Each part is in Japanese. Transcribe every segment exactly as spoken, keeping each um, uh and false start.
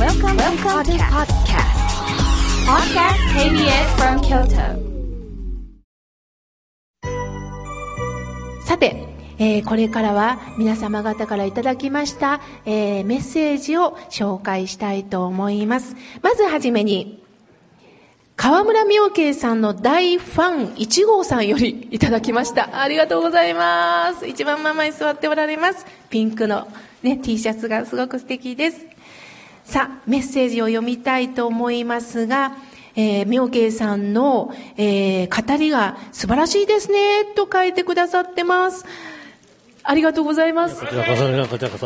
Welcome, Welcome to podcast. Podcast ケービーエス from Kyoto. さて、えー、これからは皆様方からいただきました、えー、メッセージを紹介したいと思います。まずはじめに、河村明慶さんの大ファンいち号さんよりいただきました。ありがとうございます。一番ママに座っておられます。ピンクの、ね、T シャツがすごく素敵です。さあ、メッセージを読みたいと思いますが、えー、明慶さんの、えー、語りが素晴らしいですねと書いてくださってます。ありがとうございます。 こちらこそ、こちらこそ。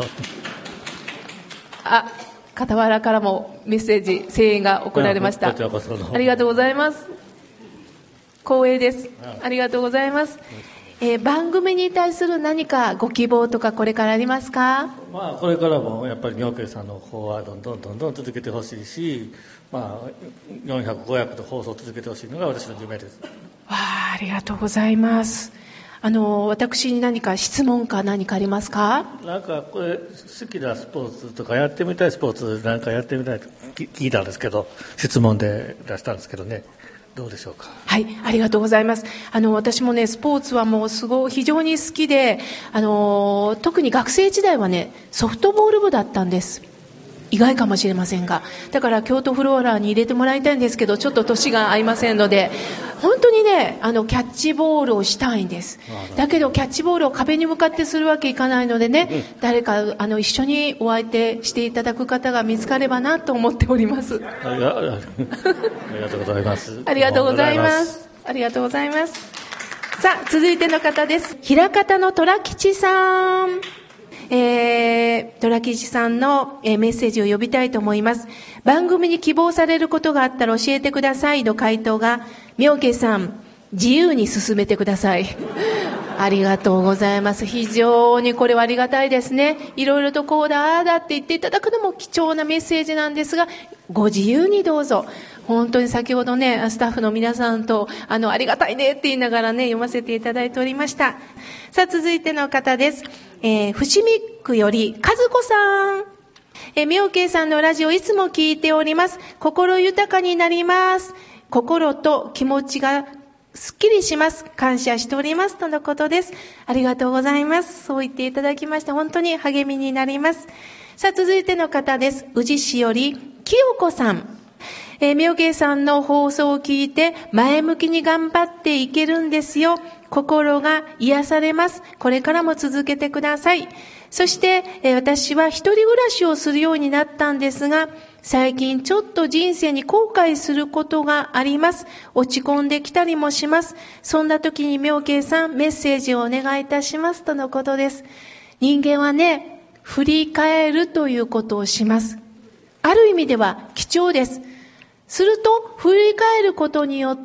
あ、傍らからもメッセージ、声援が送られました。 こちらこその。 ありがとうございます。光栄です。ありがとうございます。えー、番組に対する何かご希望とかこれからありますか？ まあ、これからもやっぱり明慶さんの方はどんどんどんどん続けてほしいし、まあ、よんひゃく、ごひゃくと放送を続けてほしいのが私の夢です。 わあ、ありがとうございます。あの、私に何か質問か何かありますか？ なんかこれ好きなスポーツとかやってみたいスポーツなんかやってみたいと聞いたんですけど、質問で出したんですけどね、どうでしょうか？ はい、ありがとうございます。あの、私もね、スポーツはもうすごい、非常に好きで、あの、特に学生時代はね、ソフトボール部だったんです。意外かもしれませんが。だから京都フローラーに入れてもらいたいんですけど、ちょっと年が合いませんので、本当にね、あの、キャッチボールをしたいんです。だけど、キャッチボールを壁に向かってするわけいかないのでね、うん、誰か、あの、一緒にお相手していただく方が見つかればなと思っております。 ありがとうございます。 ありがとうございます。ありがとうございます。さあ、続いての方です。枚方の虎吉さん。えー、虎吉さんの、えー、メッセージを呼びたいと思います。番組に希望されることがあったら教えてくださいの回答が、明慶さん、自由に進めてください。ありがとうございます。非常にこれはありがたいですね。いろいろとこうだ、ああだって言っていただくのも貴重なメッセージなんですが、ご自由にどうぞ。本当に先ほどね、スタッフの皆さんと、あの、ありがたいねって言いながらね、読ませていただいておりました。さあ、続いての方です。えー、伏見区より、和子さん。えー、明慶さんのラジオいつも聞いております。心豊かになります。心と気持ちがすっきりします。感謝しております。とのことです。ありがとうございます。そう言っていただきまして、本当に励みになります。さあ、続いての方です。宇治市より、清子さん。えー、明慶さんの放送を聞いて、前向きに頑張っていけるんですよ。心が癒されます。これからも続けてください。そして、えー、私は一人暮らしをするようになったんですが、最近ちょっと人生に後悔することがあります。落ち込んできたりもします。そんな時に明慶さん、メッセージをお願いいたしますとのことです。人間はね、振り返るということをします。ある意味では貴重です。すると、振り返ることによって、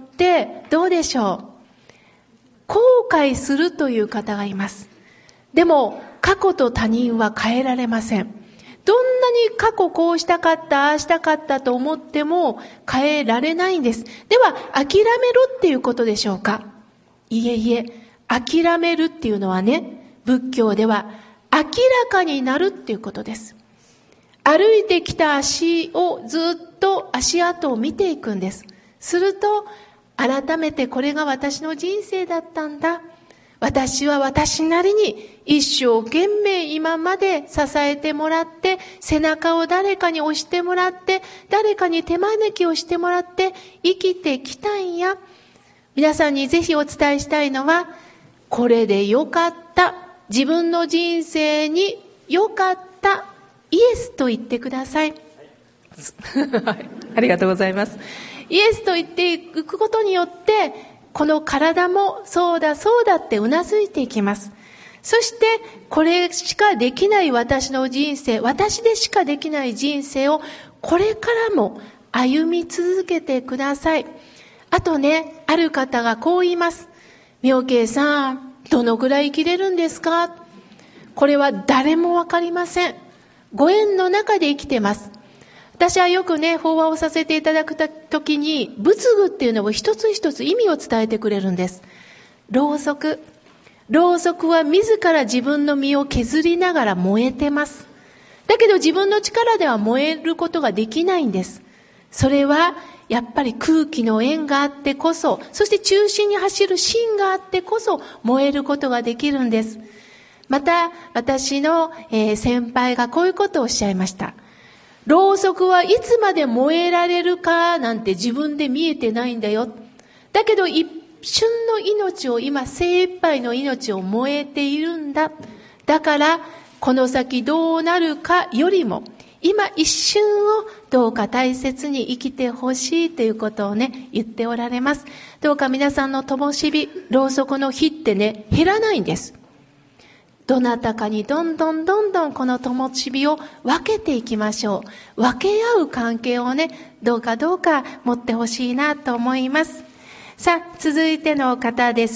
どうでしょう。後悔するという方がいます。でも、過去と他人は変えられません。どんなに過去こうしたかった、ああしたかったと思っても変えられないんです。では、諦めろっていうことでしょうか？いえいえ、諦めるっていうのはね、仏教では明らかになるっていうことです。歩いてきた足をずっと足跡を見ていくんです。すると、改めてこれが私の人生だったんだ。私は私なりに一生懸命今まで支えてもらって、背中を誰かに押してもらって、誰かに手招きをしてもらって生きてきたんや。皆さんにぜひお伝えしたいのは、これでよかった。自分の人生によかった。イエスと言ってください。はい、ありがとうございます。イエスと言っていくことによって、この体もそうだそうだってうなずいていきます。そして、これしかできない私の人生、私でしかできない人生をこれからも歩み続けてください。あとね、ある方がこう言います。明慶さん、どのぐらい生きれるんですか？これは誰もわかりません。ご縁の中で生きてます。私はよくね、法話をさせていただくときに、仏具っていうのを一つ一つ意味を伝えてくれるんです。ろうそく。ろうそくは自ら自分の身を削りながら燃えてます。 だけど自分の力では燃えることができないんです。それはやっぱり空気の縁があってこそ、そして中心に走る芯があってこそ燃えることができるんです。また私の、えー、先輩がこういうことをおっしゃいました。ろうそくはいつまで燃えられるかなんて自分で見えてないんだよ。だけど一瞬の命を今精一杯の命を燃えているんだ。だからこの先どうなるかよりも今一瞬をどうか大切に生きてほしいということをね言っておられます。どうか皆さんの灯火、ろうそくの火ってね減らないんです。どなたかにどんどんどんどんこの灯火を分けていきましょう。分け合う関係をねどうかどうか持ってほしいなと思います。さあ続いての方です。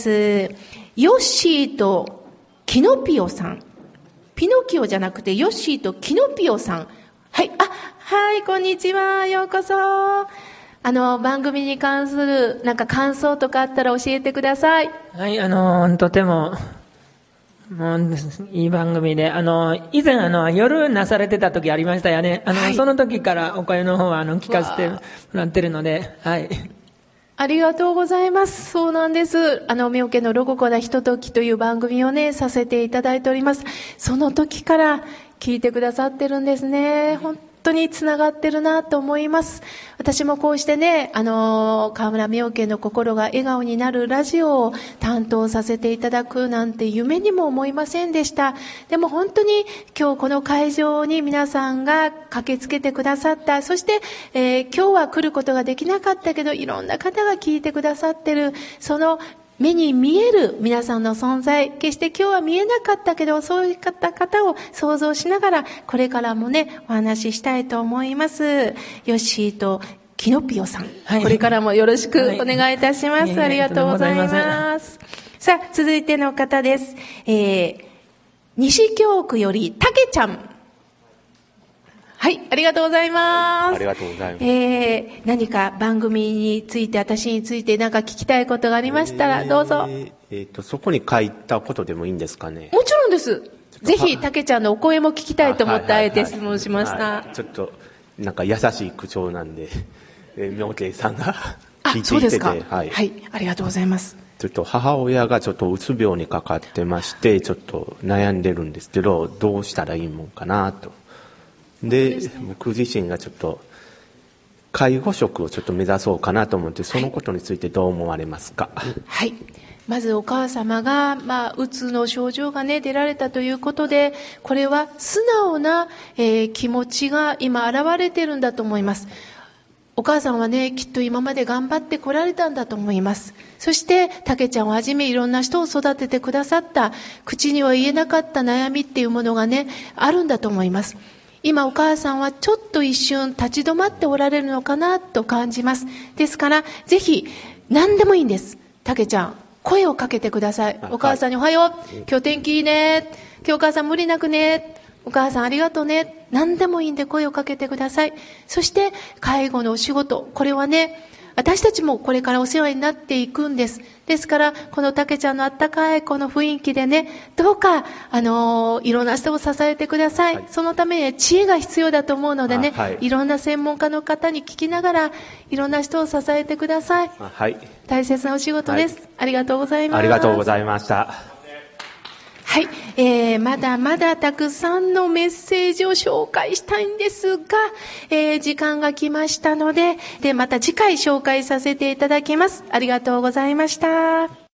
ヨッシーとキノピオさん。ピノキオじゃなくてヨッシーとキノピオさん。はい、あ、はい、こんにちは。ようこそ。あの番組に関するなんか感想とかあったら教えてください。 はい、あのとてももういい番組で、あの以前あの夜なされてた時ありましたよね。あの、はい、その時からお声の方はあの聞かせてもらってるので、はい。 ありがとうございます。そうなんです。あの、妙家のロゴコなひとときという番組をね、させていただいております。その時から聞いてくださってるんですね。本当につながってるなと思います。私もこうしてね、あの、河村妙家の心が笑顔になるラジオを担当させていただくなんて夢にも思いませんでした。でも本当に今日この会場に皆さんが駆けつけてくださった。そして、えー、今日は来ることができなかったけど、いろんな方が聞いてくださってる。その目に見える皆さんの存在、決して今日は見えなかったけど、そういった方を想像しながら、これからもね、お話ししたいと思います。ヨッシーとキノピオさん、はい、これからもよろしくお願いいたします。はい、ありがとうございます。さあ、続いての方です。えー、西京区よりたけちゃん。はい、ありがとうございます。 ありがとうございます。 えー、何か番組について、私について何か聞きたいことがありましたら、どうぞ。 えーえー、とそこに書いたことでもいいんですかね。 もちろんです。ぜひ、たけちゃんのお声も聞きたいと思ってあえて質問しました。 ちょっと、なんか優しい口調なんで、えー、妙家さんが聞いていてて。あ、そうですか。 はい。はい、ありがとうございます。 ちょっと母親がちょっとうつ病にかかってまして、ちょっと悩んでるんですけど、どうしたらいいもんかなと。で、僕自身がちょっと介護職をちょっと目指そうかなと思って、そのことについてどう思われますか。 はい、はい、まずお母様が、まあ、うつの症状がね出られたということで、これは素直な、えー、気持ちが今現れてるんだと思います。お母さんはね、きっと今まで頑張ってこられたんだと思います。そして、たけちゃんをはじめいろんな人を育ててくださった、口には言えなかった悩みっていうものがね、あるんだと思います。今お母さんはちょっと一瞬立ち止まっておられるのかなと感じます。ですからぜひ何でもいいんです。たけちゃん、声をかけてください。お母さんにおはよう、はい、今日天気いいね、今日お母さん無理なくね、お母さんありがとうね、何でもいいんで声をかけてください。そして介護のお仕事、これはね、私たちもこれからお世話になっていくんです。ですから、このたけちゃんのあったかいこの雰囲気でね、どうか、あのー、いろんな人を支えてください。はい、そのために知恵が必要だと思うのでね、はい、いろんな専門家の方に聞きながら、いろんな人を支えてください。はい、大切なお仕事です。はい、ありがとうございます。 ありがとうございました。 はい、えー、まだまだたくさんのメッセージを紹介したいんですが、えー、時間が来ましたので、で、また次回紹介させていただきます。ありがとうございました。